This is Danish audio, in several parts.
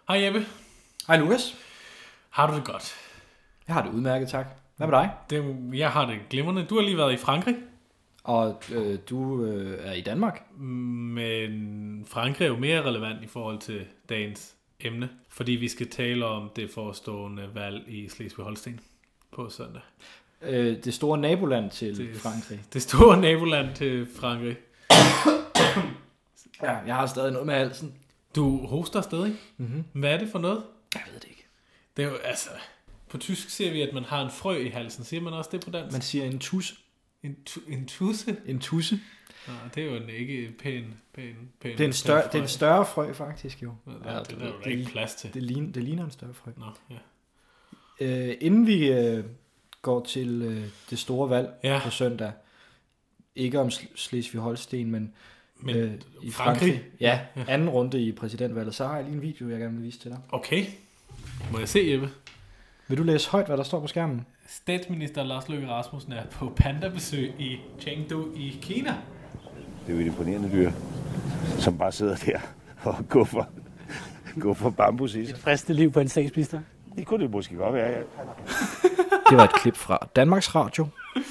Hej Jeppe. Hej Lukas. Har du det godt? Jeg har det udmærket, tak. Hvad med dig? Jeg har det glimrende. Du har lige været i Frankrig. Og du er i Danmark? Men Frankrig er jo mere relevant i forhold til dagens emne, fordi vi skal tale om det forestående valg i Slesvig-Holsten på søndag. Det store naboland til Frankrig. Det store naboland til Frankrig. Ja, jeg har stadig noget med halsen. Du hoster stadig? Mm-hmm. Hvad er det for noget? Jeg ved det ikke. Det er jo, altså, på tysk siger vi, at man har en frø i halsen. Siger man også det på dansk? Man siger en tusse. En tusse? En tusse. Nå, det er jo ikke pæn. Det er en større frø, faktisk jo. Ja, det er jo ikke plads til. Det ligner en større frø. Nå, ja. Inden vi går til det store valg på søndag, ikke om Slesvig-Holsten, men i Frankrig. Ja, anden runde i præsidentvalget. Så har jeg lige en video, jeg gerne vil vise til dig. Okay. Må jeg se, Jeppe? Vil du læse højt, hvad der står på skærmen? Statsminister Lars Løkke Rasmussen er på pandabesøg i Chengdu i Kina. Det er jo et imponerende dyr, som bare sidder der og går for bambus i sig. Et fristende liv på en statsminister. Det kunne det måske godt være, ja. Det var et klip fra Danmarks Radio.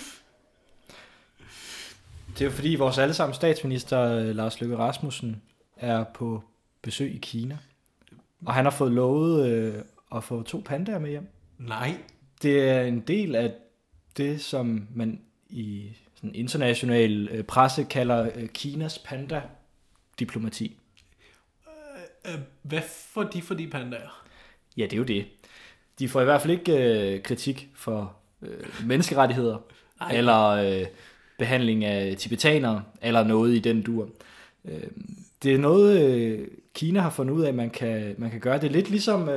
Det er jo fordi vores allesammen statsminister Lars Løkke Rasmussen er på besøg i Kina. Og han har fået lovet at få 2 pandaer med hjem. Nej. Det er en del af det, som man i sådan international presse kalder Kinas panda-diplomati. Hvad får de for de pandaer? Ja, det er jo det. De får i hvert fald ikke kritik for menneskerettigheder, eller behandling af tibetanere, eller noget i den dur. Det er noget, Kina har fundet ud af, at man kan gøre. Det er lidt ligesom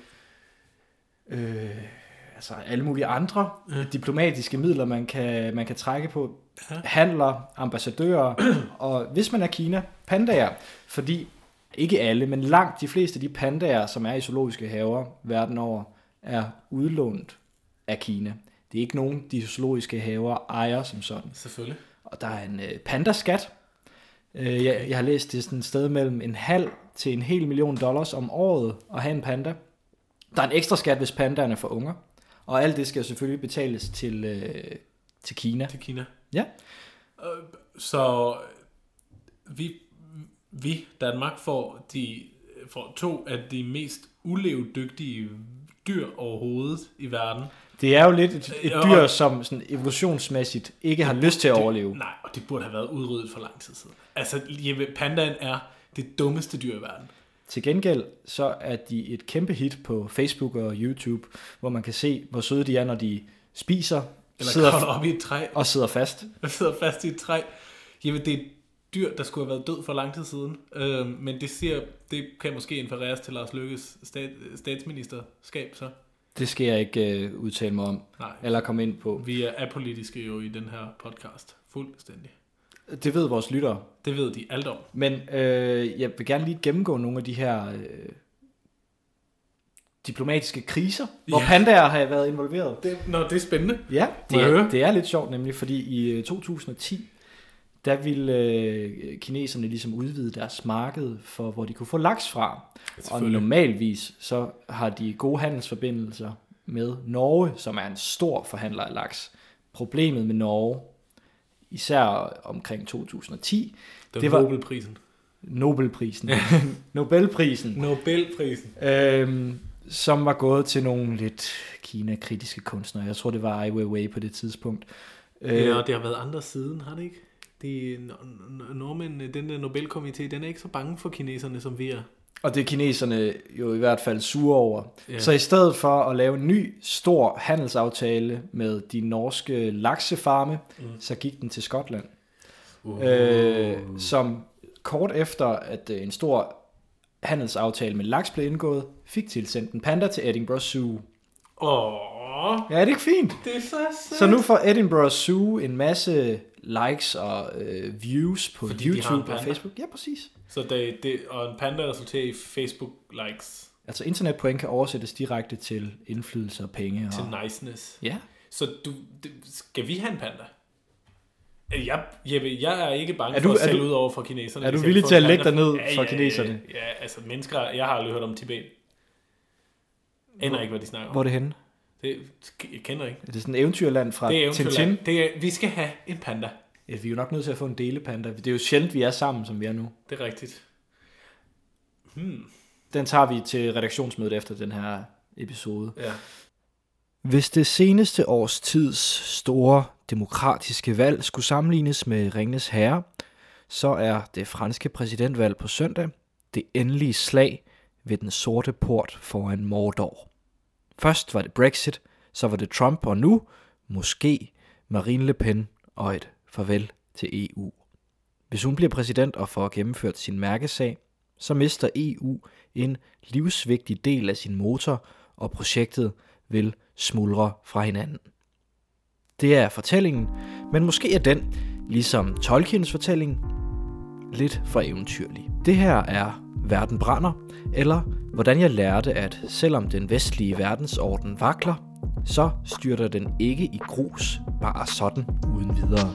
altså alle mulige andre diplomatiske midler, man kan trække på. Handler, ambassadører, og hvis man er Kina, pandaer, fordi ikke alle, men langt de fleste af de pandaer, som er i zoologiske haver verden over, er udlånt af Kina. Det er ikke nogen, de zoologiske haver ejer som sådan. Selvfølgelig. Og der er en pandaskat. Jeg har læst det sådan et sted mellem $0,5 til $1 million om året at have en panda. Der er en ekstra skat, hvis pandaerne får unger. Og alt det skal selvfølgelig betales til Kina. Til Kina. Ja. Så vi Danmark får 2 af de mest ulevedygtige dyr overhovedet i verden. Det er jo lidt et dyr, som sådan evolutionsmæssigt ikke har lyst til at overleve. Nej, og det burde have været udryddet for lang tid siden. Altså, pandaen er det dummeste dyr i verden. Til gengæld så er de et kæmpe hit på Facebook og YouTube, hvor man kan se, hvor søde de er, når de spiser, eller sidder op i et træ og sidder fast. Sidder fast i et træ. Jamen, det er et dyr, der skulle have været død for lang tid siden. Men det kan måske infereres til Lars Løkkes statsministerskab, så. Det skal jeg ikke udtale mig om, eller komme ind på. Vi er apolitiske jo i den her podcast, fuldstændig. Det ved vores lyttere. Det ved de alt om. Men jeg vil gerne lige gennemgå nogle af de her diplomatiske kriser, hvor pandaer har været involveret. Det er spændende. Ja, det er lidt sjovt nemlig, fordi i 2010, der ville kineserne ligesom udvide deres marked for, hvor de kunne få laks fra. Og normalvis så har de gode handelsforbindelser med Norge, som er en stor forhandler af laks. Problemet med Norge, især omkring 2010, det var Nobelprisen. Nobelprisen. Som var gået til nogle lidt Kina-kritiske kunstnere. Jeg tror, det var Ai Weiwei på det tidspunkt. Ja, og det har været andre siden, har det ikke? Nordmændene, den der Nobelkomité, den er ikke så bange for kineserne, som vi er. Og det er kineserne jo i hvert fald sure over. Ja. Så i stedet for at lave en ny, stor handelsaftale med de norske laksefarme, så gik den til Skotland. Som kort efter, at en stor handelsaftale med laks blev indgået, fik tilsendt en panda til Edinburgh Zoo. Ja, er det ikke fint? Det er så sødt. Så nu får Edinburgh Zoo en masse likes og views på YouTube og Facebook. Ja, præcis. Så og en panda resulterer i Facebook likes. Altså internetpoint kan oversættes direkte til indflydelse og penge. Til niceness. Ja. Så skal vi have en panda? Jeg er ikke bange for at sælge ud over for kineserne. Er du villig til at lægge dig ned for kineserne? Ja, altså mennesker, jeg har aldrig hørt om Tibet. aner ikke, hvad de snakker om. Hvor er det henne? Jeg kender ikke. Er det sådan et eventyrland fra Tintin? Vi skal have en panda. Ja, vi er jo nok nødt til at få en delepanda. Det er jo sjældent, vi er sammen, som vi er nu. Det er rigtigt. Den tager vi til redaktionsmødet efter den her episode. Ja. Hvis det seneste års tids store demokratiske valg skulle sammenlignes med Ringenes Herre, så er det franske præsidentvalg på søndag det endelige slag ved den sorte port foran Mordor. Først var det Brexit, så var det Trump, og nu måske Marine Le Pen og et farvel til EU. Hvis hun bliver præsident og får gennemført sin mærkesag, så mister EU en livsvigtig del af sin motor, og projektet vil smuldre fra hinanden. Det er fortællingen, men måske er den, ligesom Tolkiens fortælling, lidt for eventyrlig. Det her er Verden brænder, eller hvordan jeg lærte, at selvom den vestlige verdensorden vakler, så styrter den ikke i grus, bare sådan uden videre.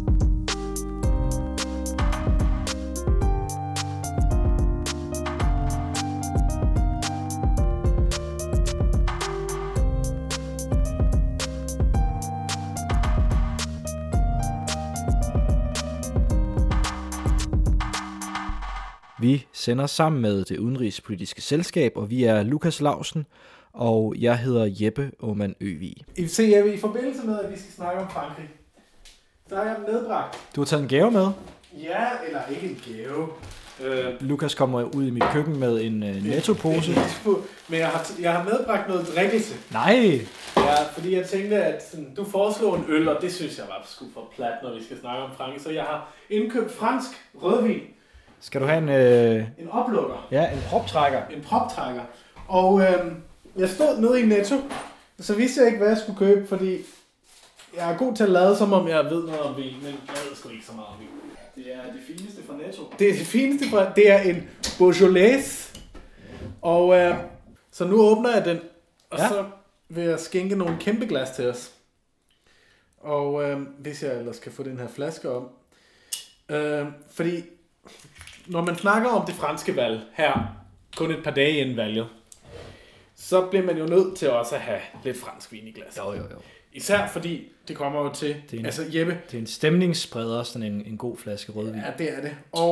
Vi sender sammen med det udenrigspolitiske selskab, og vi er Lukas Lausen, og jeg hedder Jeppe Aumann Øvig. I forbindelse med, at vi skal snakke om Frankrig, så har jeg medbragt. Du har taget en gave med? Ja, eller ikke en gave. Lukas kommer ud i mit køkken med en Netto-pose. Men jeg har medbragt noget drikkelse. Nej! Ja, fordi jeg tænkte, at sådan, du foreslår en øl, og det synes jeg var sgu for plat, når vi skal snakke om Frankrig. Så jeg har indkøbt fransk rødvin. Skal du have en oplukker? Ja, en proptrækker. En proptrækker. Og jeg stod nede i Netto, så vidste jeg ikke, hvad jeg skulle købe, fordi jeg er god til at lade, som om jeg ved noget om vin, men jeg ved sgu ikke så meget om vin. Det er det fineste fra Netto. Det er det fineste fra, det er en Beaujolais. Og så nu åbner jeg den, og så vil jeg skænke nogle kæmpe glas til os. Og hvis jeg ellers kan få den her flaske om. Fordi når man snakker om det franske valg her, kun et par dage inden valget, så bliver man jo nødt til også at have lidt fransk vin i glas. Jo. Især fordi det kommer jo til, Jeppe. Det er en stemningsspreder, sådan en god flaske rødvin. Ja, det er det.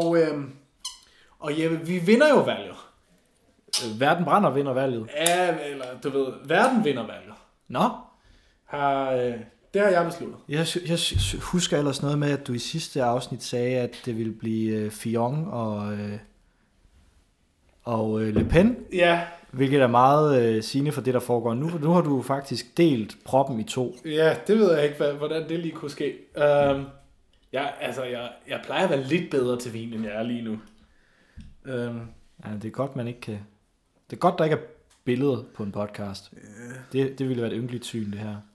Og Jeppe, vi vinder jo valget. Verden brænder vinder valget. Ja, eller du ved, verden vinder valget. Nå? Det har jeg besluttet. Jeg husker ellers noget med, at du i sidste afsnit sagde, at det ville blive Fillon og Le Pen. Ja. Hvilket er meget sigende for det, der foregår nu. Nu har du faktisk delt proppen i 2. Ja, det ved jeg ikke, hvordan det lige kunne ske. Jeg plejer at være lidt bedre til vin, end jeg er lige nu. Ja, det er godt, man ikke kan... Det er godt, der ikke er billeder på en podcast. Det ville være et ynkeligt syn, det her.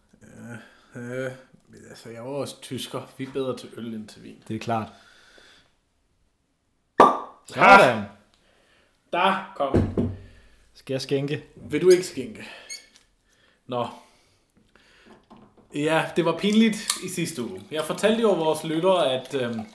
Jeg er også tysker. Vi er bedre til øl end til vin. Det er klart. Sådan. Der kom. Skal jeg skænke? Vil du ikke skænke? Nå. Ja, det var pinligt i sidste uge. Jeg fortalte jo vores lyttere, at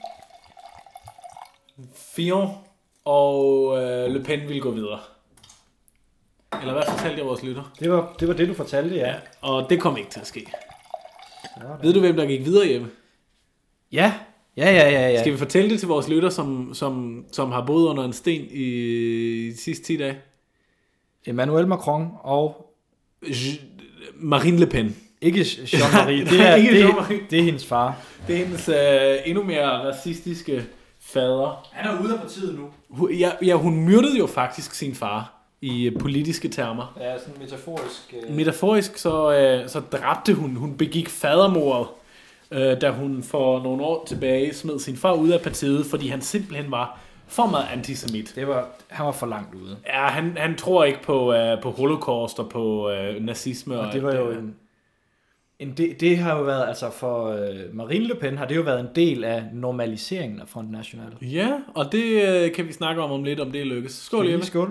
Fillon og Le Pen ville gå videre. Eller hvad fortalte jeg vores lyttere? Det var det, du fortalte, ja. Og det kom ikke til at ske. Sådan. Ved du, hvem der gik videre hjemme? Ja. Skal vi fortælle det til vores lytter, som har boet under en sten i de sidste 10 dage? Emmanuel Macron og Marine Le Pen. Ikke Jean-Marie. Det er hendes far. Det er hendes endnu mere racistiske fader. Han er ude af partiet nu. Hun myrdede jo faktisk sin far i politiske termer. Ja, sådan metaforisk. Metaforisk så dræbte hun begik fadermordet, da hun for nogle år tilbage smed sin far ud af partiet, fordi han simpelthen var for meget antisemit. Han var for langt ude. Ja, han tror ikke på holocaust og på nazisme. Og det var jo det har jo været, altså for Marine Le Pen har det jo været en del af normaliseringen af Front National. Ja, og det kan vi snakke om lidt, om det lykkes. Skål, Jeppe. Skål.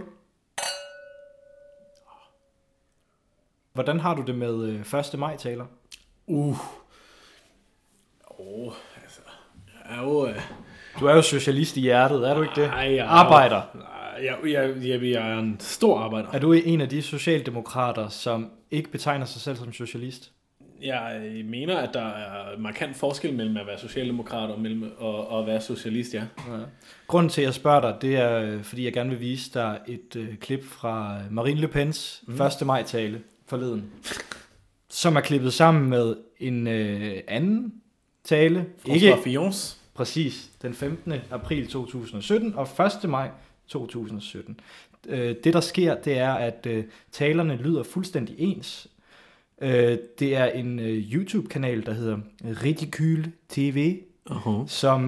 Hvordan har du det med 1. maj-taler? Altså, jeg er jo... Du er jo socialist i hjertet, er du ikke det? Nej, arbejder. Nej, Jeg er en stor arbejder. Er du en af de socialdemokrater, som ikke betegner sig selv som socialist? Jeg mener, at der er markant forskel mellem at være socialdemokrat og at være socialist, ja. Grunden til, at jeg spørger dig, det er, fordi jeg gerne vil vise dig et klip fra Marine Le Pens 1. maj-tale forleden, som er klippet sammen med en anden tale. François Fillons. Præcis, den 15. april 2017 og 1. maj 2017. Det, der sker, det er, at talerne lyder fuldstændig ens. Det er en YouTube-kanal, der hedder Ridicule TV, som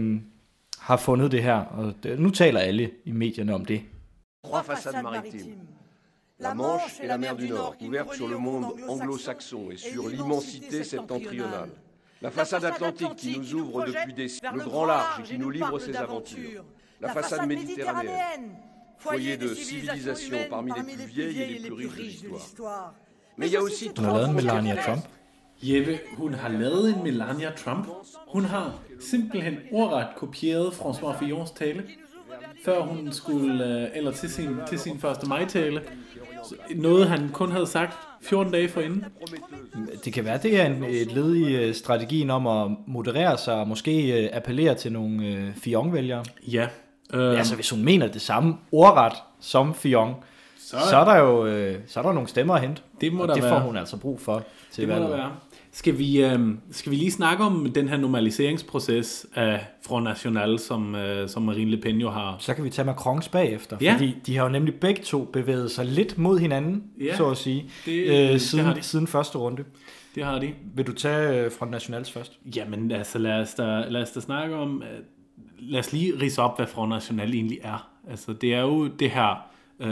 har fundet det her, og nu taler alle i medierne om det. Trois façades maritimes. La Manche et la mer du Nord, ouvertes sur le monde anglo-saxon et sur l'immensité septentrionale. La façade atlantique qui nous ouvre depuis des siècles, le grand large qui nous livre ses aventures. La façade méditerranéenne, foyer de civilisation parmi les plus vieilles et les plus riches de l'histoire. Men il y a aussi Hun har lavet en Melania Trump. Jeppe, hun har lavet en Melania Trump. Hun har simpelthen ordret kopieret François Fillons tale, før hun skulle, eller til sin 1. maj-tale. Noget, han kun havde sagt 14 dage forinden. Det kan være, det er et led i strategien om at moderere sig og måske appellere til nogle Fillon-vælgere. Ja. Altså, hvis hun mener det samme ordret som Fillon, så er der jo så er der nogle stemmer at hente. Det må og der det være. får hun altså brug for til valget. Skal vi lige snakke om den her normaliseringsproces af Front National, som Marine Le Pen jo har? Så kan vi tage Macrons bagefter, ja. Fordi de har jo nemlig begge to bevæget sig lidt mod hinanden, ja, så at sige, siden første runde. Det har de. Vil du tage Front Nationals først? Jamen altså, lad os da snakke om, lad os lige ridse op, hvad Front National egentlig er. Altså, det er jo det her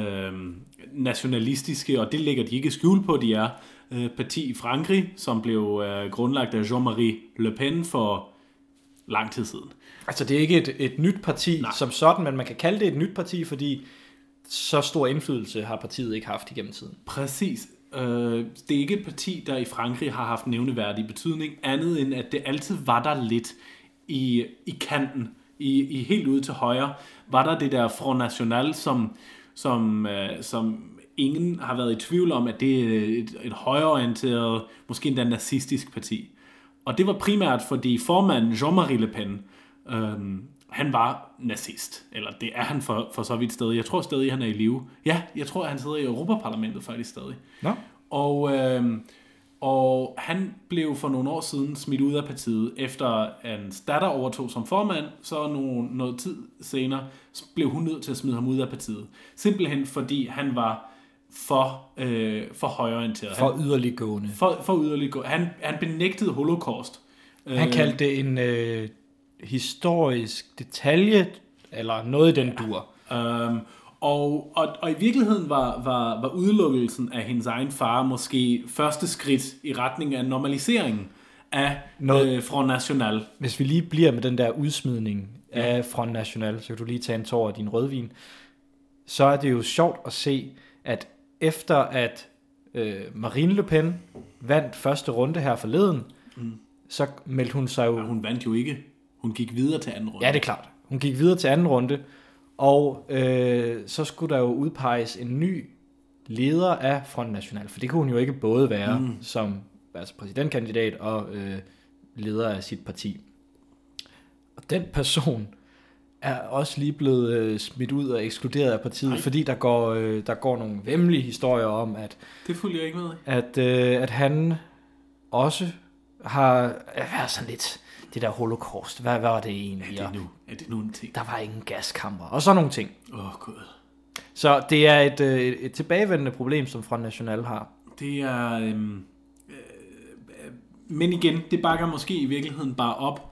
nationalistiske, og det lægger de ikke skjul på, de er parti i Frankrig, som blev grundlagt af Jean-Marie Le Pen for lang tid siden. Altså det er ikke et nyt parti som sådan, men man kan kalde det et nyt parti, fordi så stor indflydelse har partiet ikke haft igennem tiden. Præcis. Det er ikke et parti, der i Frankrig har haft nævneværdig betydning, andet end at det altid var der lidt i kanten, i helt ude til højre, var der det der Front National, som ingen har været i tvivl om, at det er et højreorienteret, måske endda nazistisk parti. Og det var primært, fordi formanden Jean-Marie Le Pen, han var nazist. Eller det er han for så vidt stadig. Jeg tror stadig, han er i live. Ja, jeg tror, han sidder i Europaparlamentet faktisk stadig. Nå. Og han blev for nogle år siden smidt ud af partiet, efter hans datter overtog som formand, så noget tid senere blev hun nødt til at smide ham ud af partiet. Simpelthen fordi han var for højreorienteret. For yderliggående. For yderliggående. Han benægtede holocaust. Han kaldte det en historisk detalje, eller noget i den dur. Og i virkeligheden var udelukkelsen af hendes egen far måske første skridt i retning af normaliseringen af Front National. Hvis vi lige bliver med den der udsmidning af Front National, så kan du lige tage en tår af din rødvin, så er det jo sjovt at se, at efter at Marine Le Pen vandt første runde her forleden, så meldte hun sig jo... Ja, hun vandt jo ikke. Hun gik videre til anden runde. Ja, det er klart. Hun gik videre til anden runde, og så skulle der jo udpeges en ny leder af Front National, for det kunne hun jo ikke både være som præsidentkandidat og leder af sit parti. Og den person er også lige blevet smidt ud og ekskluderet af partiet, fordi der går nogle væmmelige historier om, at det følger jeg ikke med. At han også har været sådan lidt det der holocaust. Hvad var det egentlig? Er det nu en ting? Der var ingen gaskammer og sådan nogle ting. Gud. Så det er et tilbagevendende problem, som Front National har. Det er... men igen, det bakker måske i virkeligheden bare op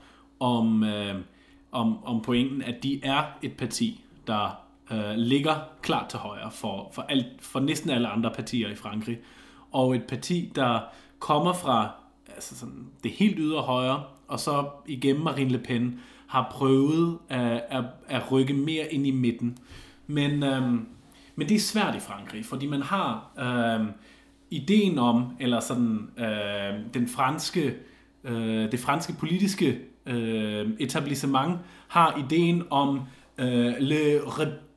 om pointen, at de er et parti, der ligger klart til højre for næsten alle andre partier i Frankrig. Og et parti, der kommer fra sådan, det helt ydre højre, og så igennem Marine Le Pen har prøvet at rykke mere ind i midten. Men det er svært i Frankrig, fordi man har ideen om, eller sådan det franske politiske etablissement har ideen om le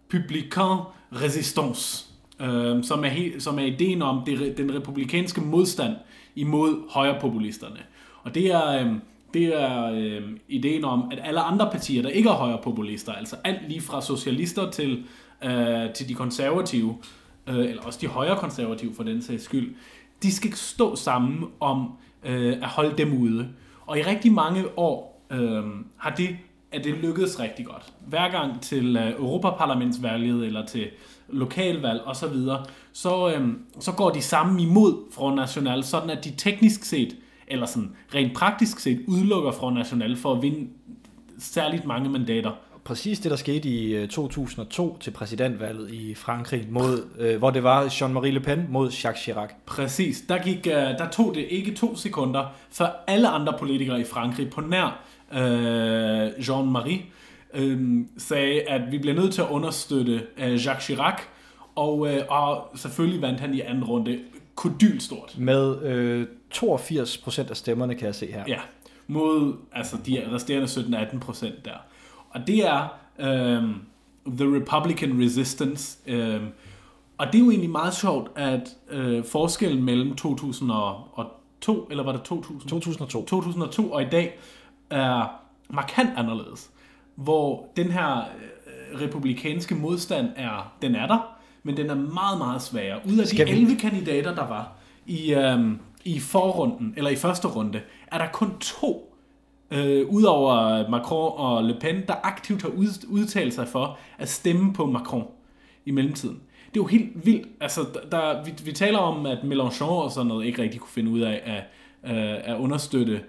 Républicain Résistance, som er ideen om den republikanske modstand imod højrepopulisterne. Og det er ideen om, at alle andre partier, der ikke er højrepopulister, altså alt lige fra socialister til de konservative, eller også de højre konservative for den sags skyld, de skal stå sammen om at holde dem ude. Og i rigtig mange år er det lykkedes rigtig godt. Hver gang til Europaparlamentsvalget eller til lokalvalg osv., så går de sammen imod Front National, sådan at de teknisk set, eller sådan rent praktisk set, udelukker Front National for at vinde særligt mange mandater. Præcis det, der skete i 2002 til præsidentvalget i Frankrig, hvor det var Jean-Marie Le Pen mod Jacques Chirac. Præcis. Der tog det ikke 2 sekunder, før alle andre politikere i Frankrig på nær Jean-Marie sagde, at vi bliver nødt til at understøtte Jacques Chirac, og selvfølgelig vandt han i anden runde kodylstort. Med 82% af stemmerne, kan jeg se her. Ja, mod de resterende 17-18% der. Og det er The Republican Resistance. Og det er jo egentlig meget sjovt, at forskellen mellem 2002, eller var det 2000? 2002 og i dag er markant anderledes. Hvor den her republikanske modstand er der, men den er meget, meget sværere. Ud af de 11 kandidater, der var i forrunden, eller i første runde, er der kun 2, udover Macron og Le Pen, der aktivt har udtalt sig for at stemme på Macron i mellemtiden. Det er jo helt vildt. Altså, vi taler om, at Mélenchon og sådan noget ikke rigtig kunne finde ud af at understøtte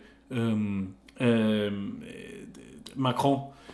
Macron.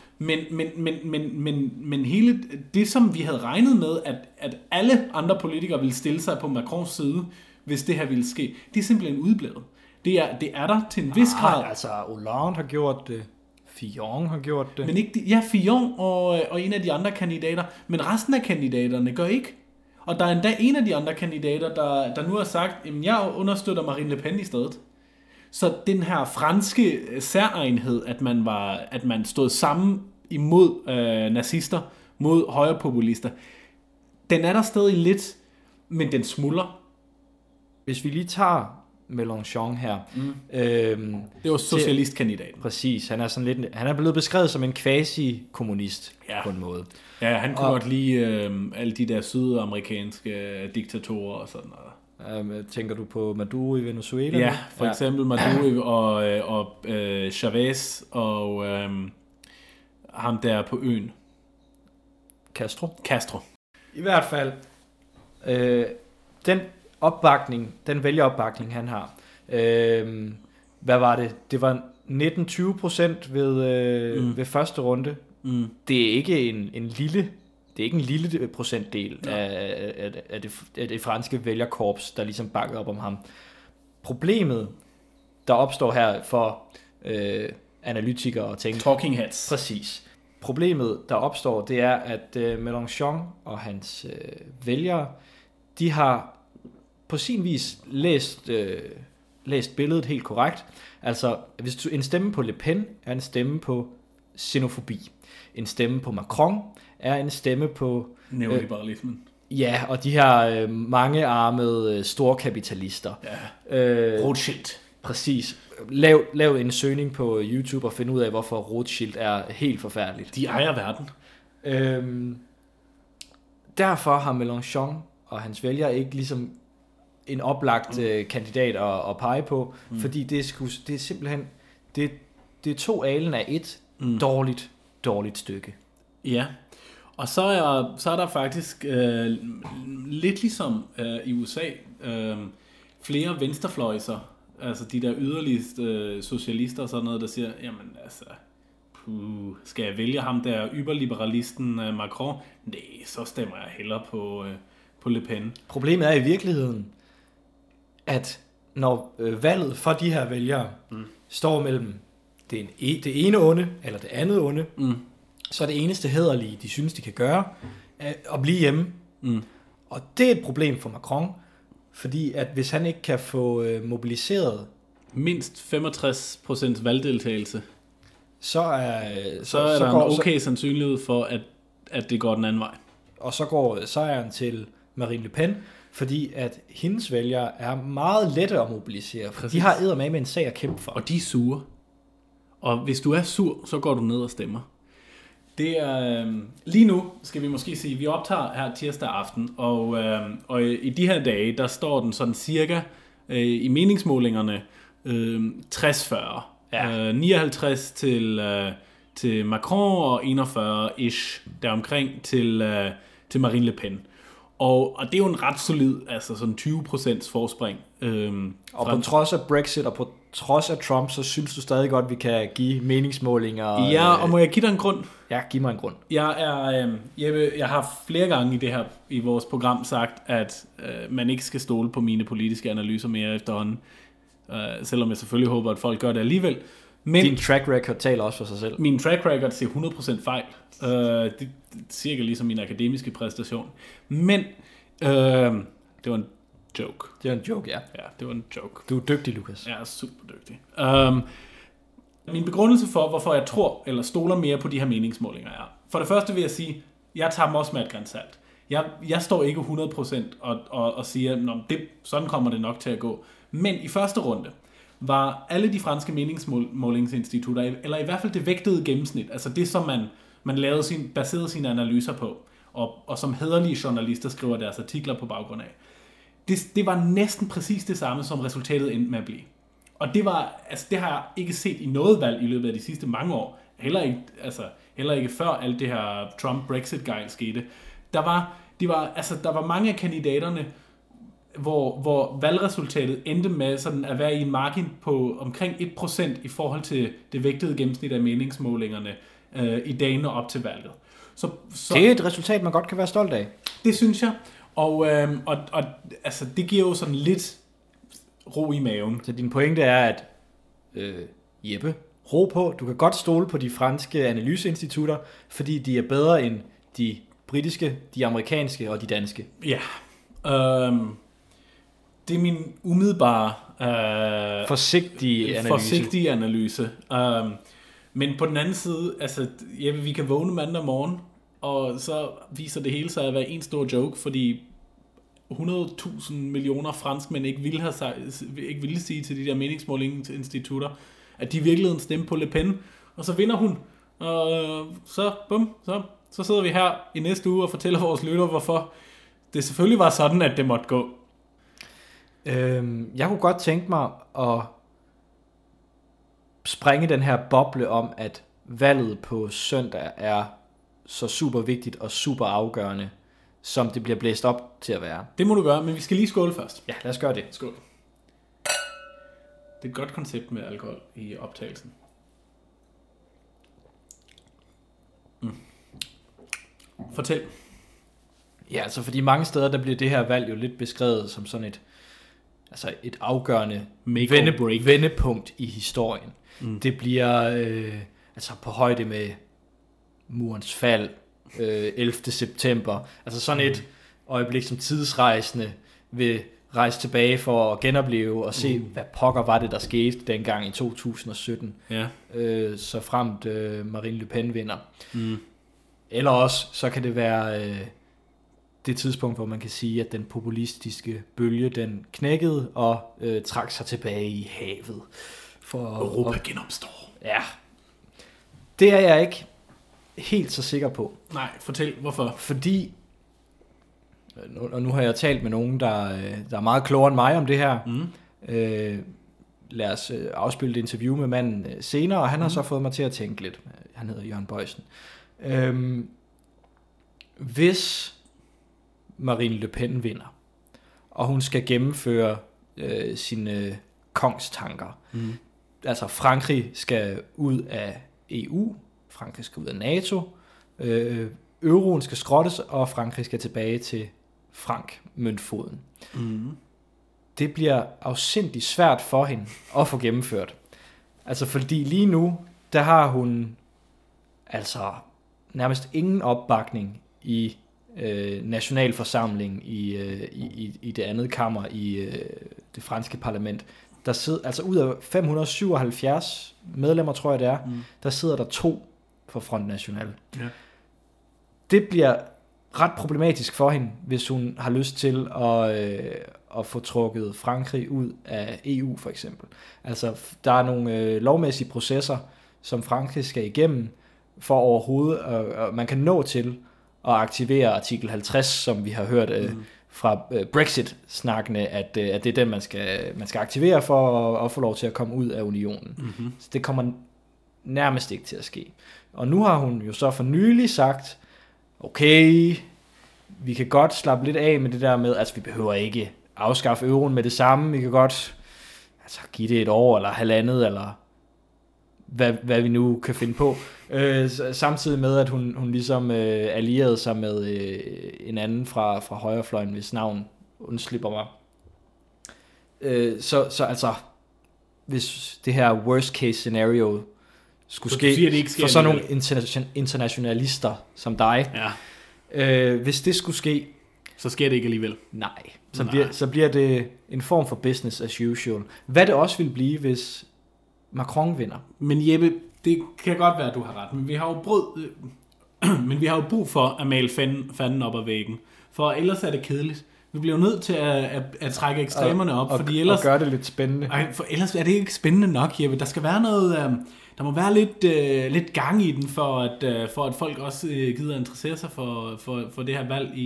Men hele det, som vi havde regnet med, at alle andre politikere ville stille sig på Macrons side, hvis det her ville ske, det er simpelthen udeblevet. Det er der til en vis grad. Altså, Hollande har gjort det. Fillon har gjort det. Men ikke, Fillon og en af de andre kandidater. Men resten af kandidaterne gør ikke. Og der er endda en af de andre kandidater, der nu har sagt, at jeg understøtter Marine Le Pen i stedet. Så den her franske særegenhed, at man stod sammen imod nazister, mod højrepopulister, den er der stadig lidt, men den smuldrer. Hvis vi lige tager Mélenchon her. Det var socialistkandidat. Præcis. Han er blevet beskrevet som en quasi-kommunist på en måde. Ja, han kunne godt lide alle de der sydamerikanske diktatorer og sådan noget. Tænker du på Maduro i Venezuela? Ja, for eksempel Maduro og Chavez og ham der på øen. Castro. I hvert fald, den vælgeropbakning, han har. Hvad var det? Det var 19-20% ved første runde. Det er ikke en lille procentdel af det franske vælgerkorps, der ligesom bakker op om ham. Problemet, der opstår her for analytikere og tænker... Talking heads. Præcis. Problemet, der opstår, det er, at Mélenchon og hans vælgere, de har på sin vis læst billedet helt korrekt. Altså, hvis en stemme på Le Pen er en stemme på xenofobi. En stemme på Macron er en stemme på... neoliberalismen. Ja, og de her mangearmede storkapitalister. Ja. Rothschild. Præcis. Lav en søgning på YouTube og find ud af, hvorfor Rothschild er helt forfærdeligt. De ejer verden. Derfor har Mélenchon og hans vælgere ikke ligesom en oplagt kandidat at pege på, fordi det er simpelthen det er 2 alen af et dårligt stykke. Ja, og så er der faktisk lidt ligesom i USA flere venstrefløjser, altså de der yderligste socialister og sådan noget, der siger, jamen altså, skal jeg vælge ham der yberliberalisten Macron? Nej, så stemmer jeg hellere på Le Pen. Problemet er i virkeligheden, at når valget for de her vælgere står mellem det ene onde eller det andet onde, så er det eneste hæderlige, de synes, de kan gøre, at blive hjemme. Og det er et problem for Macron, fordi at hvis han ikke kan få mobiliseret mindst 65% valgdeltagelse, så er der en okay sandsynlighed for, at det går den anden vej. og så går sejren til Marine Le Pen, fordi at hendes vælgere er meget lette at mobilisere. De har eddermame en sag at kæmpe for. Og de er sure. Og hvis du er sur, så går du ned og stemmer. Det er lige nu, skal vi måske sige, vi optager her tirsdag aften, og i de her dage, der står den sådan cirka i meningsmålingerne 60-40. Ja. 59 til Macron og 41-ish deromkring til Marine Le Pen. Og det er jo en ret solid, altså sådan 20% forspring. Og på trods af Brexit og på trods af Trump, så synes du stadig godt, vi kan give meningsmålinger. Ja, og må jeg give dig en grund? Ja, giv mig en grund. Jeg har flere gange i vores program sagt, at man ikke skal stole på mine politiske analyser mere efterhånden. Selvom jeg selvfølgelig håber, at folk gør det alligevel. Men din track record taler også for sig selv. Min track record siger 100% fejl. Det er cirka ligesom min akademiske præstation. Men det var en joke. Det var en joke, ja. Ja, det var en joke. Du er dygtig, Lukas. Jeg er super dygtig. Min begrundelse for, hvorfor jeg tror eller stoler mere på de her meningsmålinger er, for det første vil jeg sige, jeg tager dem også med et gran salt. Jeg står ikke 100% og siger, sådan kommer det nok til at gå. Men i første runde var alle de franske meningsmålingsinstitutter, eller i hvert fald det vægtede gennemsnit, altså det, som man baserede sine analyser på, og som hæderlige journalister skriver deres artikler på baggrund af. Det var næsten præcis det samme, som resultatet endte med at blive. Og det har jeg ikke set i noget valg i løbet af de sidste mange år. Heller ikke før alt det her Trump-Brexit-gejl skete. Der var mange af kandidaterne, hvor valgresultatet endte med sådan at være i en margin på omkring 1% i forhold til det vægtede gennemsnit af meningsmålingerne i dagene op til valget. Så det er et resultat, man godt kan være stolt af. Det synes jeg. Og altså, det giver jo sådan lidt ro i maven. Så din pointe er, at Jeppe, ro på. Du kan godt stole på de franske analyseinstitutter, fordi de er bedre end de britiske, de amerikanske og de danske. Ja. Det er min umiddelbare forsigtige analyse. Men på den anden side, altså, vi kan vågne mandag morgen, og så viser det hele sig at være en stor joke, fordi 100.000 millioner franskmænd ikke ville sige til de der meningsmålingsinstitutter, at de i virkeligheden stemte på Le Pen, og så vinder hun. Og så sidder vi her i næste uge og fortæller vores lytter, hvorfor det selvfølgelig var sådan, at det måtte gå. Jeg kunne godt tænke mig at sprænge den her boble om, at valget på søndag er så super vigtigt og super afgørende, som det bliver blæst op til at være. Det må du gøre, men vi skal lige skåle først. Ja, lad os gøre det. Skål. Det er et godt koncept med alkohol i optagelsen. Fortæl. Ja, altså fordi mange steder, der bliver det her valg jo lidt beskrevet som sådan et afgørende vendepunkt i historien. Det bliver på højde med murens fald, 11. september. Altså sådan et øjeblik, som tidsrejsende vil rejse tilbage for at genopleve og se, hvad pokker var det, der skete dengang i 2017. Ja. Så fremt Marine Le Pen vinder. Eller også, så kan det være det tidspunkt, hvor man kan sige, at den populistiske bølge, den knækkede og trak sig tilbage i havet. Europa genopstår. Ja. Det er jeg ikke helt så sikker på. Nej, fortæl, hvorfor? Fordi, og nu har jeg talt med nogen, der er meget klogere end mig om det her. Lad os afspille et interview med manden senere, og han har så fået mig til at tænke lidt. Han hedder Jørgen Bøjsen. Hvis Marine Le Pen vinder, og hun skal gennemføre sine kongstanker. Altså Frankrig skal ud af EU, Frankrig skal ud af NATO, euroen skal skrottes, og Frankrig skal tilbage til frank-møntfoden. Det bliver afsindigt svært for hende at få gennemført. Altså fordi lige nu, der har hun altså nærmest ingen opbakning i nationalforsamlingen i det andet kammer i det franske parlament. Der sidder, altså ud af 577 medlemmer, tror jeg det er, der sidder der 2 for Front National. Ja. Det bliver ret problematisk for hende, hvis hun har lyst til at få trukket Frankrig ud af EU for eksempel. Altså, der er nogle lovmæssige processer, som Frankrig skal igennem, for overhovedet, og man kan nå til at aktivere artikel 50, som vi har hørt fra Brexit-snakkene, at det er den, man skal aktivere for at få lov til at komme ud af unionen. Mm-hmm. Så det kommer nærmest ikke til at ske. Og nu har hun jo så for nylig sagt, okay, vi kan godt slappe lidt af med det der med, altså vi behøver ikke afskaffe euroen med det samme, vi kan godt give det et år eller halvandet, eller hvad vi nu kan finde på. Samtidig med, at hun ligesom allierede sig med en anden fra højrefløjen, hvis navn undslipper mig. Så altså, hvis det her worst case scenario skulle ske for sådan nogle internationalister som dig, hvis det skulle ske, så sker det ikke alligevel. Nej, så bliver det en form for business as usual. Hvad det også vil blive, hvis Macron vinder. Men Jeppe, det kan godt være, at du har ret, men vi har jo brug for at male fanden op ad væggen, for ellers er det kedeligt. Vi bliver jo nødt til at trække ekstremerne op, fordi ellers... Og gøre det lidt spændende. For ellers er det ikke spændende nok, Jeppe. Der skal være noget... Der må være lidt gang i den, for at folk også gider at interessere sig for det her valg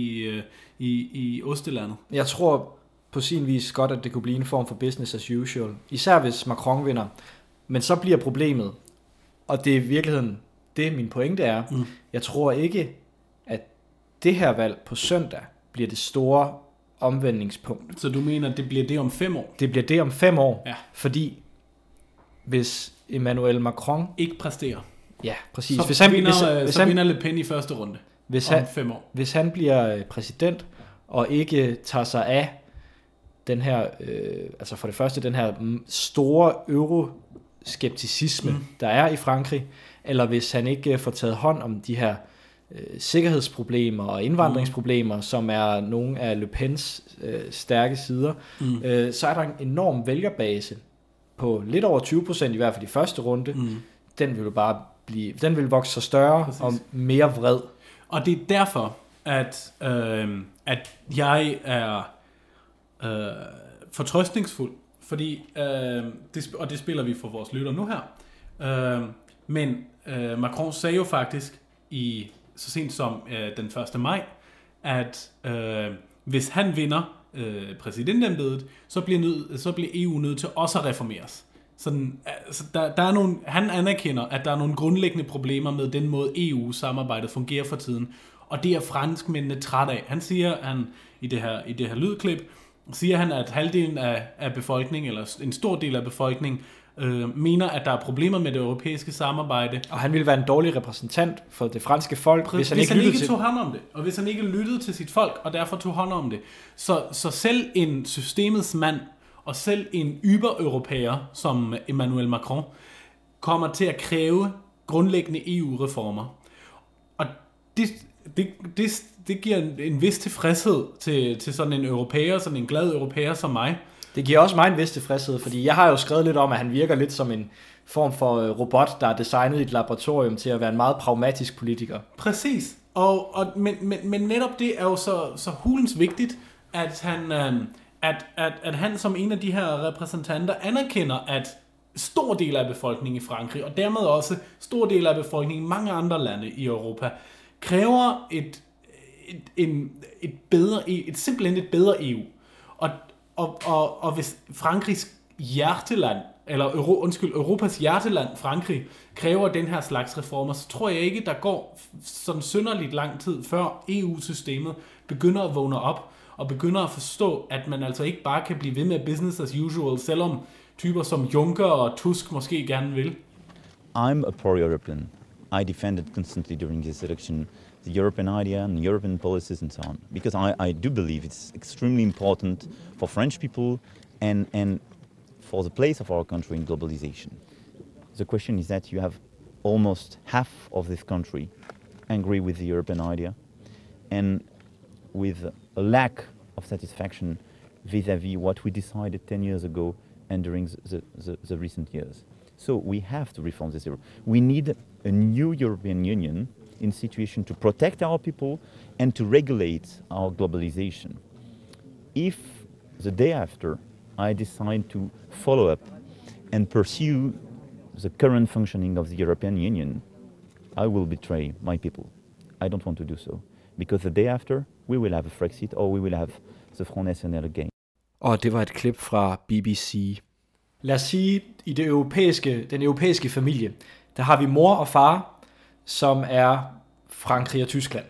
i Ostelandet. Jeg tror på sin vis godt, at det kunne blive en form for business as usual. Især hvis Macron vinder. Men så bliver problemet, og det er i virkeligheden det, min pointe er, jeg tror ikke, at det her valg på søndag bliver det store omvendingspunkt. Så du mener, at det bliver det om 5 år? Det bliver det om 5 år, ja. Fordi hvis Emmanuel Macron ikke præsterer, ja, præcis. Så vinder Le Pen i første runde om 5 år. Hvis han bliver præsident og ikke tager sig af den her, altså for det første den her store euroskepticisme, der er i Frankrig, eller hvis han ikke får taget hånd om de her sikkerhedsproblemer og indvandringsproblemer, som er nogle af Le Pens stærke sider, så er der en enorm vælgerbase på lidt over 20%, i hvert fald i første runde. Den vil bare den vil vokse så større. Præcis. Og mere vred. Og det er derfor, at jeg er fortrøstningsfuld, fordi det spiller vi for vores lytter nu her. Men Macron sagde jo faktisk så sent som den 1. maj, at hvis han vinder præsidentembedet, så bliver EU nødt til også at reformeres. Sådan, altså, der er han anerkender, at der er nogle grundlæggende problemer med den måde EU-samarbejdet fungerer for tiden, og det er franskmændene træt af. Han siger, i det her lydklip, siger han, at halvdelen af befolkningen, eller en stor del af befolkningen, mener, at der er problemer med det europæiske samarbejde. Og han ville være en dårlig repræsentant for det franske folk, hvis han ikke tog hånd om det. Og hvis han ikke lyttede til sit folk, og derfor tog hånd om det. Så selv en systemets mand, og selv en yber-europæer, som Emmanuel Macron, kommer til at kræve grundlæggende EU-reformer. Og det giver en vis tilfredshed til sådan en europæer, sådan en glad europæer som mig. Det giver også mig en vis tilfredshed, fordi jeg har jo skrevet lidt om, at han virker lidt som en form for robot, der er designet i et laboratorium til at være en meget pragmatisk politiker. Præcis. Men netop det er jo så hulens vigtigt, at han som en af de her repræsentanter anerkender, at stor del af befolkningen i Frankrig, og dermed også stor del af befolkningen i mange andre lande i Europa, kræver simpelthen et bedre EU. Og hvis Frankrigs hjerteland, Europas hjerteland, Frankrig, kræver den her slags reformer, så tror jeg ikke, der går sådan synderligt lang tid, før EU-systemet begynder at vågne op, og begynder at forstå, at man altså ikke bare kan blive ved med business as usual, selvom typer som Juncker og Tusk måske gerne vil. I'm a pro-European. I defended constantly during this election the European idea and European policies and so on, because I do believe it's extremely important for French people and for the place of our country in globalization. The question is that you have almost half of this country angry with the European idea and with a lack of satisfaction vis-à-vis what we decided 10 years ago and during the recent years. So we have to reform this Europe. We need a new European Union in situation to protect our people and to regulate our globalization. If the day after I decide to follow up and pursue the current functioning of the European Union, I will betray my people. I don't want to do so, because the day after we will have a Frexit or we will have the Front National again. Og det var et klip fra BBC. Lad os sige, i den europæiske familie, der har vi mor og far, som er Frankrig og Tyskland.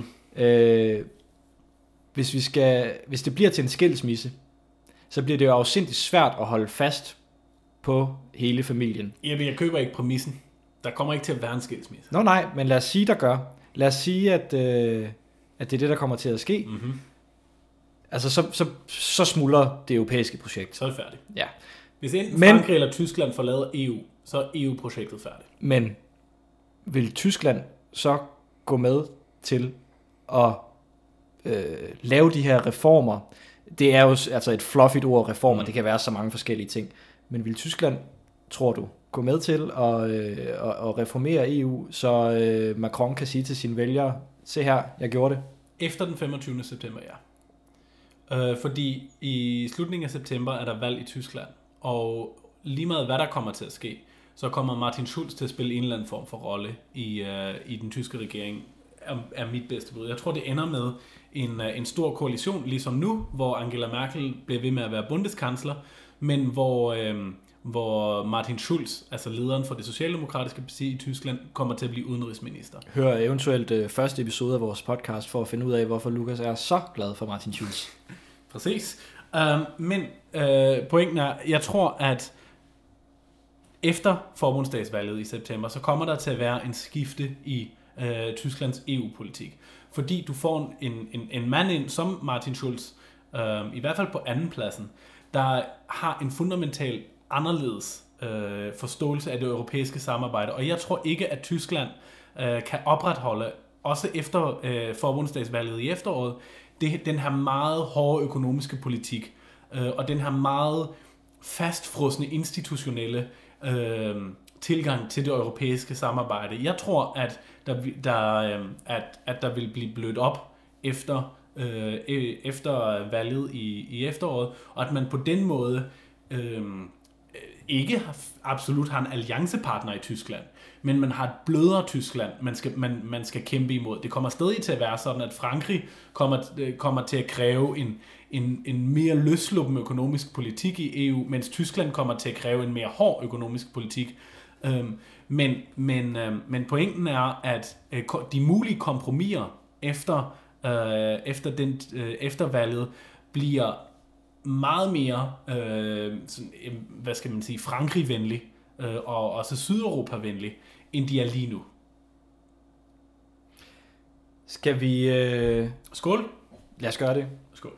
Hvis det bliver til en skilsmisse, så bliver det jo afsindigt svært at holde fast på hele familien. Jeg køber ikke præmissen. Der kommer ikke til at være en skilsmisse. Nej, men lad os sige, der gør. Lad os sige, at det er det, der kommer til at ske. Mm-hmm. Altså, så smuldrer det europæiske projekt. Så er det færdigt. Ja. Hvis enten Frankrig eller Tyskland forlader EU, så er EU-projektet færdigt. Men vil Tyskland så gå med til at lave de her reformer? Det er jo altså et fluffigt ord, reformer. Det kan være så mange forskellige ting. Men vil Tyskland, tror du, gå med til at reformere EU, så Macron kan sige til sine vælgere, se her, jeg gjorde det? Efter den 25. september, ja. Fordi i slutningen af september er der valg i Tyskland, og lige meget hvad der kommer til at ske, så kommer Martin Schulz til at spille en eller anden form for rolle i den tyske regering, er mit bedste bud. Jeg tror, det ender med en stor koalition, ligesom nu, hvor Angela Merkel bliver ved med at være bundeskansler, men hvor Martin Schulz, altså lederen for det socialdemokratiske parti i Tyskland, kommer til at blive udenrigsminister. Hør eventuelt første episode af vores podcast for at finde ud af, hvorfor Lukas er så glad for Martin Schulz. Præcis. Men pointen er, jeg tror, at efter forbundsdagsvalget i september, så kommer der til at være en skifte i Tysklands EU-politik. Fordi du får en mand ind som Martin Schulz, i hvert fald på andenpladsen, der har en fundamental anderledes forståelse af det europæiske samarbejde. Og jeg tror ikke, at Tyskland kan opretholde, også efter forbundsdagsvalget i efteråret, den her meget hårde økonomiske politik, og den her meget fastfrosne institutionelle tilgang til det europæiske samarbejde. Jeg tror, at der vil blive blødt op efter valget i efteråret, og at man på den måde ikke absolut har en alliancepartner i Tyskland, men man har et blødere Tyskland, man skal kæmpe imod. Det kommer stadig til at være sådan, at Frankrig kommer til at kræve en mere løsluppen økonomisk politik i EU, mens Tyskland kommer til at kræve en mere hård økonomisk politik. Men pointen er, at de mulige kompromiser efter valget bliver meget mere hvad skal man sige, Frankrig-venlig og også Sydeuropa-venlig, end de er lige nu. Skal vi... Skål? Lad os gøre det. Skål.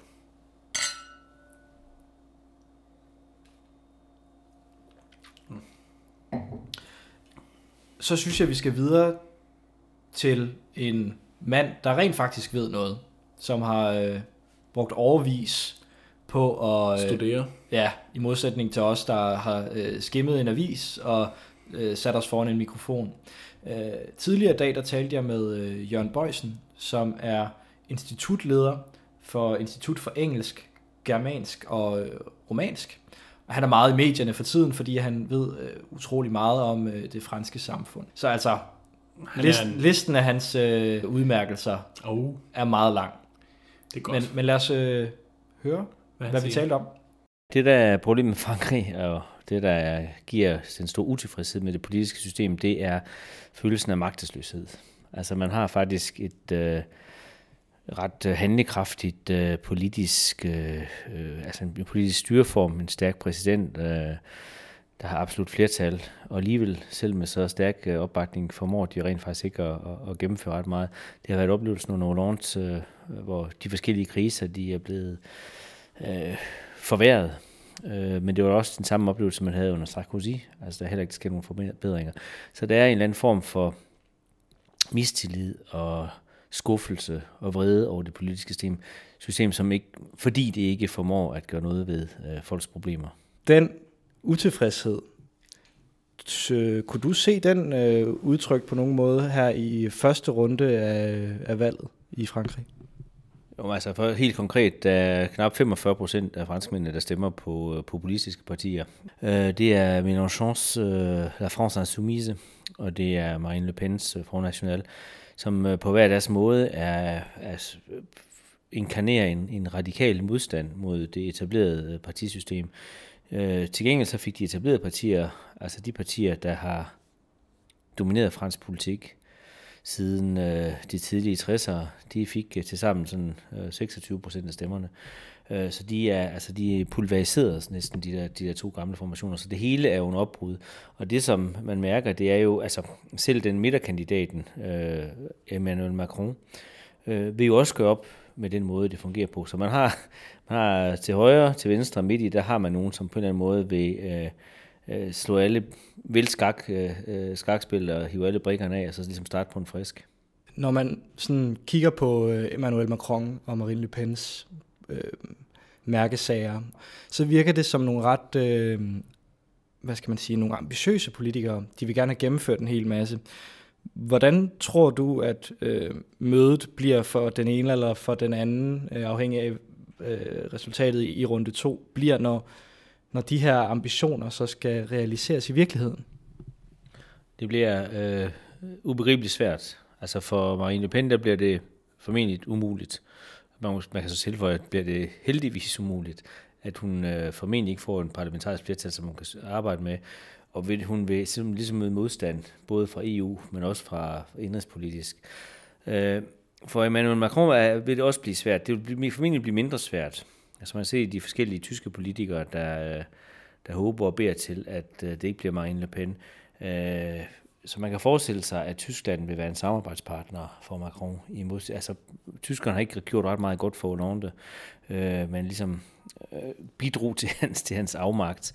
Så synes jeg, vi skal videre til en mand, der rent faktisk ved noget, som har brugt overvis på at studere. Ja, i modsætning til os, der har skimmet en avis og sat os foran en mikrofon. Tidligere dag, der talte jeg med Jørgen Bøjsen, som er institutleder for Institut for Engelsk, Germansk og Romansk. Og han er meget i medierne for tiden, fordi han ved utrolig meget om det franske samfund. Så altså, listen af hans udmærkelser er meget lang. Det er godt. Men lad os høre, hvad vi talte om. Det, der er problemet med Frankrig, og det, der giver den store utilfredshed med det politiske system, det er følelsen af magtesløshed. Altså, man har faktisk et ret handlekraftigt politisk styreform, en stærk præsident, der har absolut flertal, og alligevel, selv med så stærk opbakning, formår de rent faktisk ikke at gennemføre ret meget. Det har været oplevelsen under Hollande, hvor de forskellige kriser, de er blevet forværret. Men det var også den samme oplevelse, man havde under Sarkozy. Altså, der er heller ikke sket nogle forbedringer. Så der er en eller anden form for mistillid og skuffelse og vrede over det politiske system, som ikke, fordi det ikke formår at gøre noget ved folks problemer. Den utilfredshed kunne du se den udtryk på nogen måde her i første runde af valget i Frankrig? Jo, altså for helt konkret, der er knap 45% af franskmændene, der stemmer på populistiske partier. Det er Mélenchon's La France Insoumise, og det er Marine Le Pen's Front National, som på hver deres måde inkarnerer en radikal modstand mod det etablerede partisystem. Til gengæld så fik de etablerede partier, altså de partier, der har domineret fransk politik siden de tidlige 60'ere, de fik tilsammen sådan 26% af stemmerne. Så de er pulveriseret næsten, de der to gamle formationer. Så det hele er jo en opbrud. Og det, som man mærker, det er jo, altså selv den midterkandidaten, Emmanuel Macron, vil jo også gøre op med den måde, det fungerer på. Så man har til højre, til venstre, midt i, der har man nogen, som på en eller anden måde vil slå alle skakspil og hive alle brikkerne af, og så ligesom starte på en frisk. Når man sådan kigger på Emmanuel Macron og Marine Le Pen's mærkesager, så virker det som nogle ret, nogle ambitiøse politikere. De vil gerne have gennemført en hel masse. Hvordan tror du, at mødet bliver for den ene eller for den anden, afhængig af resultatet i runde 2, bliver, når de her ambitioner så skal realiseres i virkeligheden? Det bliver ubegribeligt svært. Altså for Marine Le Pen, der bliver det formentlig umuligt. Man kan så tilføje, at bliver det heldigvis umuligt, at hun formentlig ikke får en parlamentarisk flertal, som hun kan arbejde med, og hun vil ligesom møde modstand, både fra EU, men også fra indrigspolitisk. For Emmanuel Macron vil det også blive svært. Det vil formentlig blive mindre svært. Altså man ser de forskellige tyske politikere, der håber og beder til, at det ikke bliver Marine Le Pen. Så man kan forestille sig, at Tyskland vil være en samarbejdspartner for Macron. Altså, tyskerne har ikke gjort ret meget godt for Hollande, men ligesom bidrog til hans afmagt.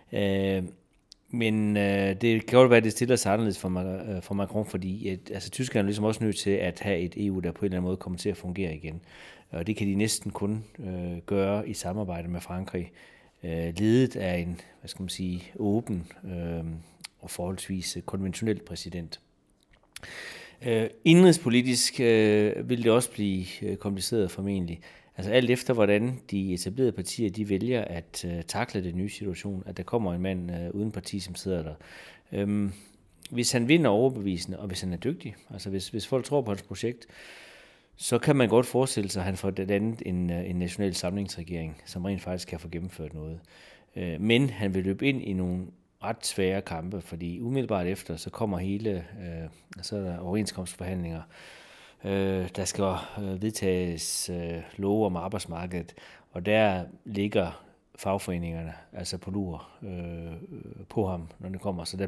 Men det kan godt være, at det stiller sig anderledes for Macron, fordi tyskerne er ligesom også nødt til at have et EU, der på en eller anden måde kommer til at fungere igen. Og det kan de næsten kun gøre i samarbejde med Frankrig, ledet af en, åben og forholdsvis konventionel præsident. Indrigspolitisk vil det også blive kompliceret formentlig. Altså alt efter, hvordan de etablerede partier, de vælger at takle den nye situation, at der kommer en mand uden parti, som sidder der. Hvis han vinder overbevisende, og hvis han er dygtig, altså hvis folk tror på hans projekt, så kan man godt forestille sig, at han får dannet en national samlingsregering, som rent faktisk kan få gennemført noget. Men han vil løbe ind i nogle ret svære kampe, fordi umiddelbart efter, så kommer så er der overenskomstforhandlinger. Der skal vedtages love om arbejdsmarkedet, og der ligger fagforeningerne altså på lur på ham, når det kommer. Så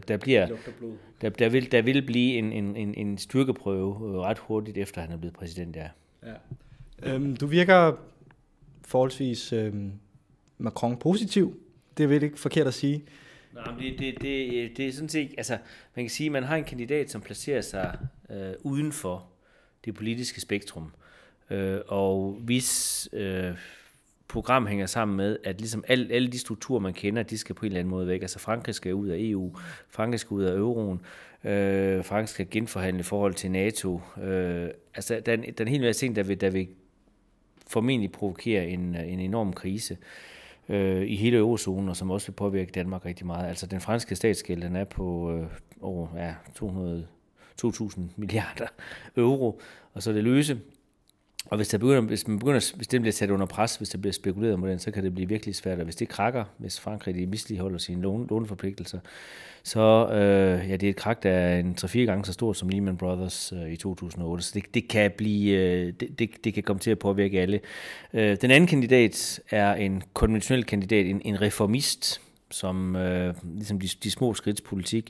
der vil blive en styrkeprøve ret hurtigt efter, han er blevet præsident der. Ja. Du virker forholdsvis Macron positiv. Det er vel ikke forkert at sige. Nej, men det er sådan set, altså man kan sige, at man har en kandidat, som placerer sig uden for det politiske spektrum, og hvis program hænger sammen med, at ligesom alle de strukturer, man kender, de skal på en eller anden måde væk. Altså Frankrig skal ud af EU, Frankrig skal ud af euroen, Frankrig skal genforhandle i forhold til NATO. Altså der er en hel masse ting, der vil formentlig provokere en enorm krise i hele eurozonen, og som også vil påvirke Danmark rigtig meget. Altså den franske statsgæld, den er på over 2.000 milliarder euro, og så er det løse. Og hvis den bliver sat under pres, hvis der bliver spekuleret med den, så kan det blive virkelig svært. Og hvis det krakker, hvis Frankrig misligholder sine låneforpligtelser, så det er et krak, der er en 3-4 gange så stort som Lehman Brothers i 2008. Så det kan blive, det kan komme til at påvirke alle. Den anden kandidat er en konventionel kandidat, en reformist, som ligesom de små skridts politik.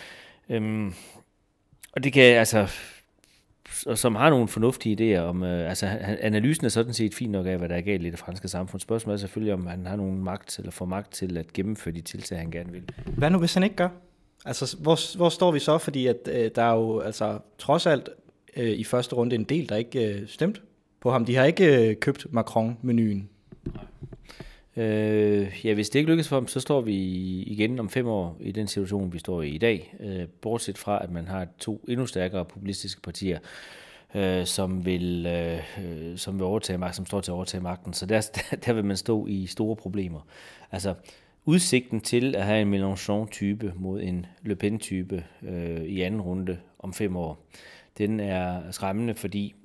Og det kan og som har nogle fornuftige idéer om, analysen er sådan set fint nok af, hvad der er galt i det franske samfund. Spørgsmålet er selvfølgelig, om han har nogen magt, eller får magt til at gennemføre de tiltag, han gerne vil. Hvad nu, hvis han ikke gør? Altså, hvor står vi så? Fordi at, der er jo trods alt i første runde en del, der ikke stemt på ham. De har ikke købt Macron-menuen. Hvis det ikke lykkes for dem, så står vi igen om 5 år i den situation, vi står i dag. Bortset fra, at man har 2 endnu stærkere populistiske partier, som vil overtage magten, som står til at overtage magten. Så der vil man stå i store problemer. Altså, udsigten til at have en Mélenchon-type mod en Le Pen-type i anden runde om 5 år, den er skræmmende, fordi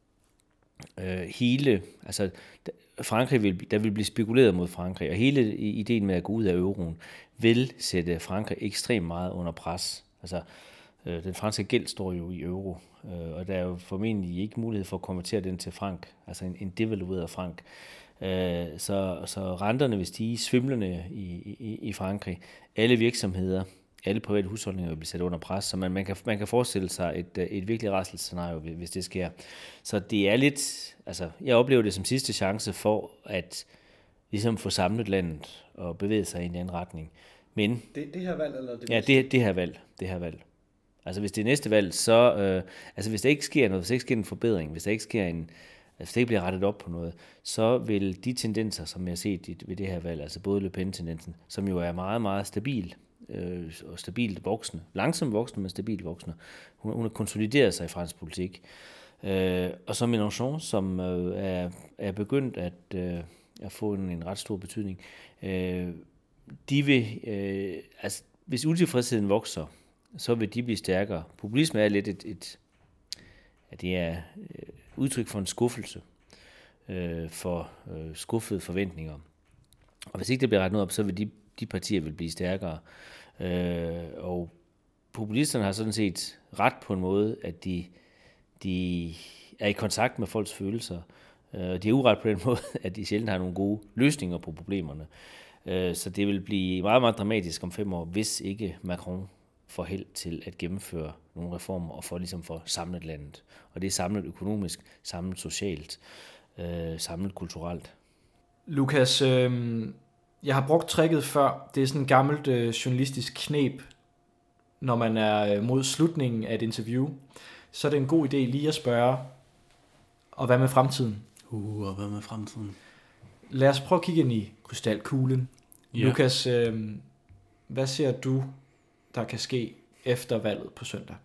Frankrig der vil blive spekuleret mod Frankrig, og hele ideen med at gå ud af euroen vil sætte Frankrig ekstremt meget under pres. Altså, den franske gæld står jo i euro, og der er jo formentlig ikke mulighed for at konvertere den til frank, altså en devalueret frank. Så renterne vil stige svimlende i Frankrig. Alle virksomheder, alle private husholdninger vil blive sat under pres, så man kan forestille sig et virkelig rædselsscenario, hvis det sker. Så det er lidt, altså jeg oplever det som sidste chance for at ligesom få samlet landet og bevæge sig i en anden retning. Men det her valg eller det? Ja, det her valg. Altså hvis det er næste valg, så hvis der ikke sker noget, hvis der ikke sker en forbedring, hvis der ikke sker hvis det ikke bliver rettet op på noget, så vil de tendenser, som jeg har set ved det her valg, altså både Le Pen-tendensen, som jo er meget, meget stabil, og stabilt voksende, langsomt voksende, men stabilt voksende. Hun har konsolideret sig i fransk politik. Og så Mélenchon, som er begyndt at få en ret stor betydning. De vil, hvis utilfredsheden vokser, så vil de blive stærkere. Populisme er lidt det er udtryk for en skuffelse, for skuffede forventninger. Og hvis ikke det bliver rettet op, så vil de partier vil blive stærkere. Og populisterne har sådan set ret på en måde, at de er i kontakt med folks følelser. De er uret på den måde, at de sjældent har nogle gode løsninger på problemerne. Så det vil blive meget, meget dramatisk om 5 år, hvis ikke Macron får held til at gennemføre nogle reformer og for samlet landet. Og det er samlet økonomisk, samlet socialt, samlet kulturelt. Lukas, jeg har brugt tricket før. Det er sådan et gammelt journalistisk knep, når man er mod slutningen af et interview. Så er det en god idé lige at spørge, og hvad med fremtiden? Og hvad med fremtiden? Lad os prøve at kigge ind i krystalkuglen. Ja. Lukas, hvad ser du, der kan ske efter valget på søndag?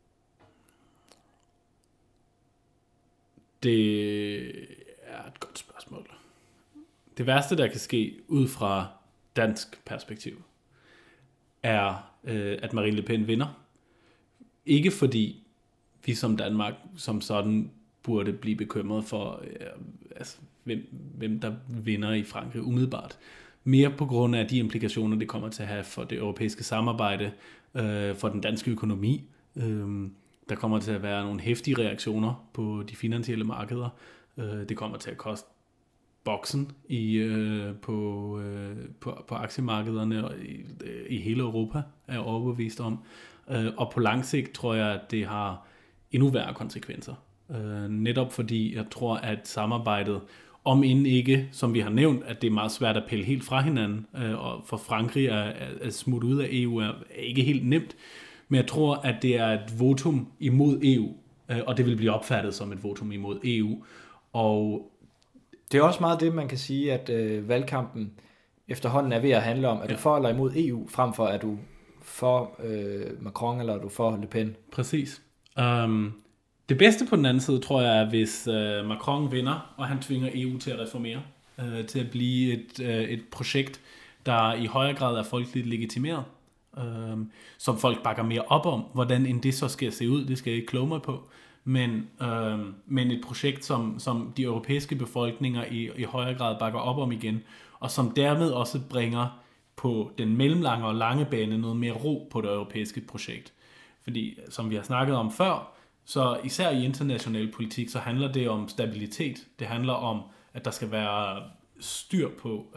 Det er et godt spørgsmål. Det værste, der kan ske ud fra dansk perspektiv, er, at Marine Le Pen vinder. Ikke fordi vi som Danmark som sådan burde blive bekymret for, hvem der vinder i Frankrig umiddelbart. Mere på grund af de implikationer, det kommer til at have for det europæiske samarbejde, for den danske økonomi. Der kommer til at være nogle heftige reaktioner på de finansielle markeder. Det kommer til at koste boksen på aktiemarkederne i hele Europa, er jeg overbevist om. Og på lang sigt tror jeg, at det har endnu værre konsekvenser. Netop fordi jeg tror, at samarbejdet, om end ikke, som vi har nævnt, at det er meget svært at pille helt fra hinanden, og for Frankrig at smutte ud af EU er ikke helt nemt, men jeg tror, at det er et votum imod EU, og det vil blive opfattet som et votum imod EU. Og det er også meget det, man kan sige, at valgkampen efterhånden er ved at handle om, at du for eller imod EU, frem for at du for Macron, eller er du for Le Pen. Præcis. Det bedste på den anden side, tror jeg, er, hvis Macron vinder, og han tvinger EU til at reformere, til at blive et projekt, der i højere grad er folkeligt legitimeret, som folk bakker mere op om. Hvordan end det så skal se ud, det skal jeg ikke kloge mig på. Men et projekt, som de europæiske befolkninger i højere grad bakker op om igen, og som dermed også bringer på den mellemlange og lange bane noget mere ro på det europæiske projekt. Fordi, som vi har snakket om før, så især i international politik, så handler det om stabilitet. Det handler om, at der skal være styr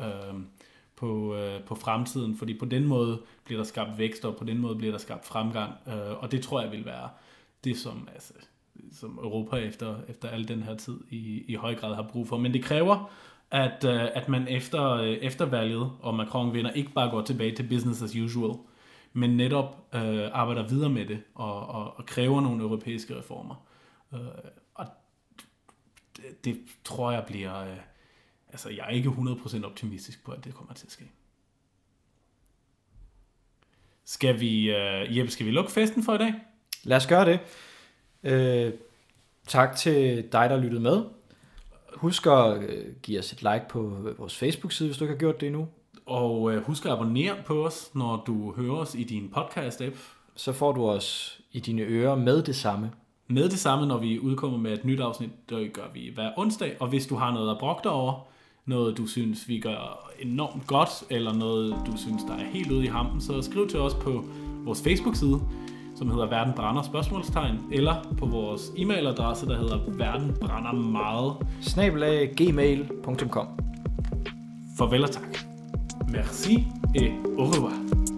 på fremtiden, fordi på den måde bliver der skabt vækst, og på den måde bliver der skabt fremgang. Og det tror jeg vil være det, som Europa efter al den her tid i høj grad har brug for. Men det kræver, at man efter valget, og Macron vinder, ikke bare går tilbage til business as usual, men netop arbejder videre med det, og kræver nogle europæiske reformer. Og det tror jeg bliver... altså, jeg er ikke 100% optimistisk på, at det kommer til at ske. Skal vi lukke festen for i dag? Lad os gøre det. Tak til dig, der lyttede med. Husk at give os et like på vores Facebook-side, hvis du ikke har gjort det endnu. Og husk at abonnere på os, når du hører os i din podcast-app. Så får du os i dine ører med det samme. Med det samme, når vi udkommer med et nyt afsnit, det gør vi hver onsdag. Og hvis du har noget at brokke dig over, noget du synes, vi gør enormt godt, eller noget du synes, der er helt ude i hampen, så skriv til os på vores Facebook-side, som hedder Verden Brænder spørgsmålstegn, eller på vores e-mailadresse, der hedder verdenbrændermeget@gmail.com. Farvel og tak. Merci et au revoir.